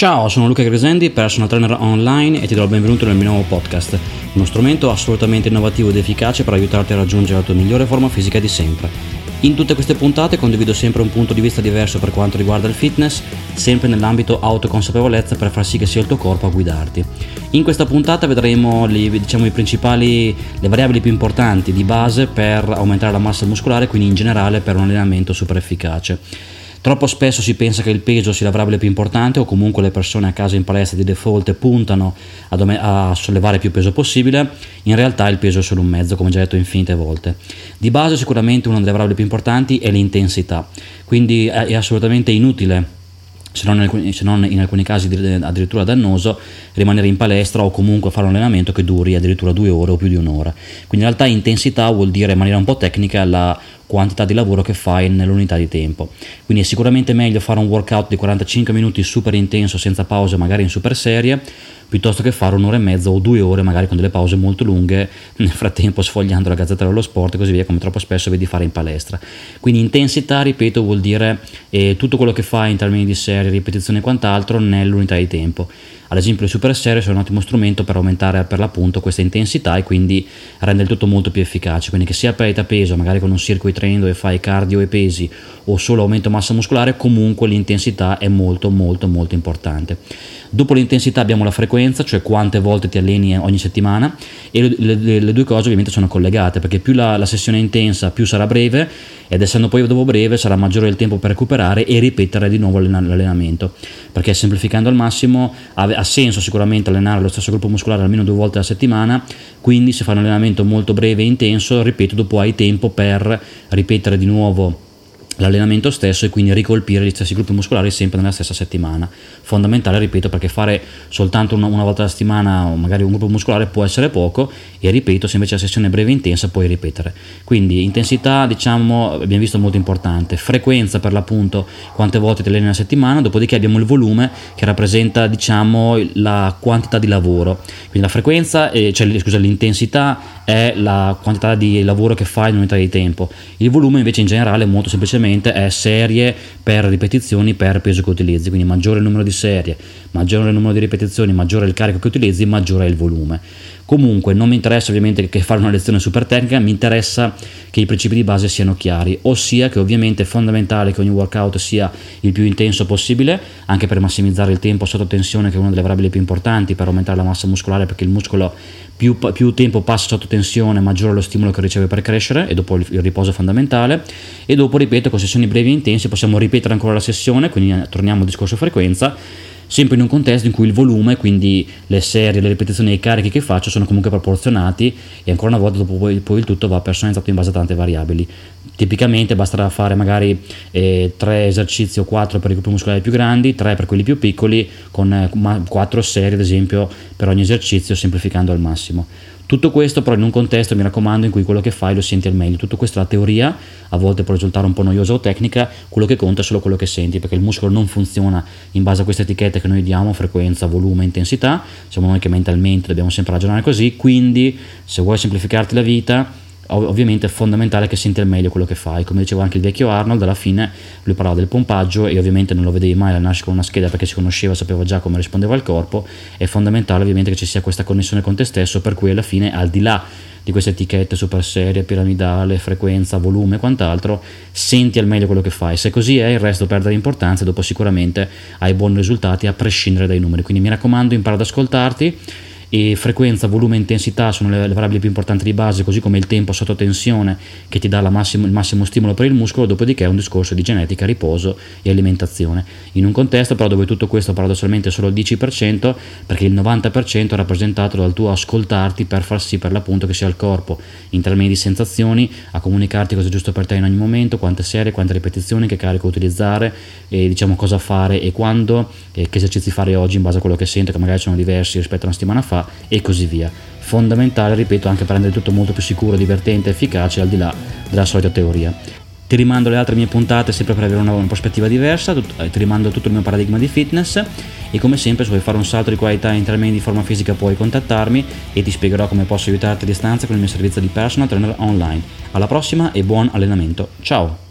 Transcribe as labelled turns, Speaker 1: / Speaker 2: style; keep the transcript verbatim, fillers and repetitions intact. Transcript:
Speaker 1: Ciao, sono Luca Gresendi, personal trainer online e ti do il benvenuto nel mio nuovo podcast, uno strumento assolutamente innovativo ed efficace per aiutarti a raggiungere la tua migliore forma fisica di sempre. In tutte queste puntate condivido sempre un punto di vista diverso per quanto riguarda il fitness, sempre nell'ambito autoconsapevolezza per far sì che sia il tuo corpo a guidarti. In questa puntata vedremo le, diciamo, i principali, le variabili più importanti di base per aumentare la massa muscolare, quindi in generale per un allenamento super efficace. Troppo spesso si pensa che il peso sia la variabile più importante, o comunque le persone a casa in palestra di default puntano a sollevare più peso possibile. In realtà il peso è solo un mezzo, come già detto infinite volte. Di base sicuramente una delle variabili più importanti è l'intensità, quindi è assolutamente inutile, se non, in alcuni, se non in alcuni casi addirittura dannoso, rimanere in palestra o comunque fare un allenamento che duri addirittura due ore o più di un'ora. Quindi in realtà intensità vuol dire in maniera un po' tecnica la quantità di lavoro che fai nell'unità di tempo. Quindi è sicuramente meglio fare un workout di quarantacinque minuti super intenso senza pause, magari in super serie, piuttosto che fare un'ora e mezza o due ore magari con delle pause molto lunghe, nel frattempo sfogliando la Gazzetta dello Sport e così via, come troppo spesso vedi fare in palestra. Quindi intensità, ripeto, vuol dire eh, tutto quello che fai in termini di serie, ripetizioni e quant'altro nell'unità di tempo. Ad esempio le super serie sono un ottimo strumento per aumentare per l'appunto questa intensità e quindi rendere il tutto molto più efficace, quindi che sia perdita peso, magari con un circuit training dove fai cardio e pesi o solo aumento massa muscolare, comunque l'intensità è molto molto molto importante. Dopo l'intensità abbiamo la frequenza, cioè quante volte ti alleni ogni settimana, e le, le, le due cose ovviamente sono collegate, perché più la, la sessione è intensa più sarà breve, ed essendo poi dopo breve sarà maggiore il tempo per recuperare e ripetere di nuovo l'allenamento, perché semplificando al massimo ha, ha senso sicuramente allenare lo stesso gruppo muscolare almeno due volte alla settimana, quindi se fai un allenamento molto breve e intenso, ripeto, dopo hai tempo per ripetere di nuovo l'allenamento stesso e quindi ricolpire gli stessi gruppi muscolari sempre nella stessa settimana. Fondamentale, ripeto, perché fare soltanto una, una volta alla settimana o magari un gruppo muscolare può essere poco, e ripeto, se invece la sessione è breve e intensa puoi ripetere. Quindi intensità, diciamo, abbiamo visto molto importante, frequenza per l'appunto quante volte ti alleni una settimana, dopodiché abbiamo il volume che rappresenta, diciamo, la quantità di lavoro. Quindi la frequenza, eh, cioè scusa, l'intensità è la quantità di lavoro che fai in unità di tempo. Il volume invece in generale molto semplicemente è serie per ripetizioni per peso che utilizzi, quindi maggiore il numero di serie, maggiore il numero di ripetizioni, maggiore il carico che utilizzi, maggiore è il volume. Comunque non mi interessa ovviamente che fare una lezione super tecnica, mi interessa che i principi di base siano chiari, ossia che ovviamente è fondamentale che ogni workout sia il più intenso possibile, anche per massimizzare il tempo sotto tensione, che è una delle variabili più importanti per aumentare la massa muscolare, perché il muscolo più, più tempo passa sotto tensione maggiore è lo stimolo che riceve per crescere, e dopo il, il riposo è fondamentale. E dopo, ripeto, con sessioni brevi e intense possiamo ripetere ancora la sessione, quindi torniamo al discorso frequenza, sempre in un contesto in cui il volume, quindi le serie, le ripetizioni e i carichi che faccio sono comunque proporzionati, e ancora una volta dopo poi, poi il tutto va personalizzato in base a tante variabili. Tipicamente basterà fare magari eh, tre esercizi o quattro per i gruppi muscolari più grandi, tre per quelli più piccoli, con eh, quattro serie ad esempio per ogni esercizio, semplificando al massimo. Tutto questo però in un contesto, mi raccomando, in cui quello che fai lo senti al meglio. Tutto questo è la teoria, a volte può risultare un po' noiosa o tecnica, quello che conta è solo quello che senti, perché il muscolo non funziona in base a queste etichette che noi diamo, frequenza, volume, intensità, siamo noi che mentalmente dobbiamo sempre ragionare così. Quindi se vuoi semplificarti la vita, ovviamente è fondamentale che senti al meglio quello che fai. Come diceva anche il vecchio Arnold, alla fine lui parlava del pompaggio e ovviamente non lo vedevi mai allenarsi con una scheda, perché si conosceva, sapeva già come rispondeva il corpo. È fondamentale ovviamente che ci sia questa connessione con te stesso, per cui alla fine, al di là di queste etichette super serie, piramidale, frequenza, volume e quant'altro, senti al meglio quello che fai. Se così è, il resto perde importanza e dopo sicuramente hai buoni risultati a prescindere dai numeri. Quindi mi raccomando, impara ad ascoltarti, e frequenza, volume e intensità sono le, le variabili più importanti di base, così come il tempo sotto tensione che ti dà la massimo, il massimo stimolo per il muscolo. Dopodiché è un discorso di genetica, riposo e alimentazione, in un contesto però dove tutto questo paradossalmente è solo il dieci per cento, perché il novanta per cento è rappresentato dal tuo ascoltarti, per far sì per l'appunto che sia il corpo in termini di sensazioni a comunicarti cosa è giusto per te in ogni momento, quante serie, quante ripetizioni, che carico utilizzare, e diciamo cosa fare e quando, e che esercizi fare oggi in base a quello che sento, che magari sono diversi rispetto a una settimana fa, e così via. Fondamentale, ripeto, anche per rendere tutto molto più sicuro, divertente e efficace, al di là della solita teoria. Ti rimando alle altre mie puntate sempre per avere una, una prospettiva diversa, tut- ti rimando tutto il mio paradigma di fitness, e come sempre se vuoi fare un salto di qualità in termini di forma fisica puoi contattarmi e ti spiegherò come posso aiutarti a distanza con il mio servizio di personal trainer online. Alla prossima e buon allenamento, ciao!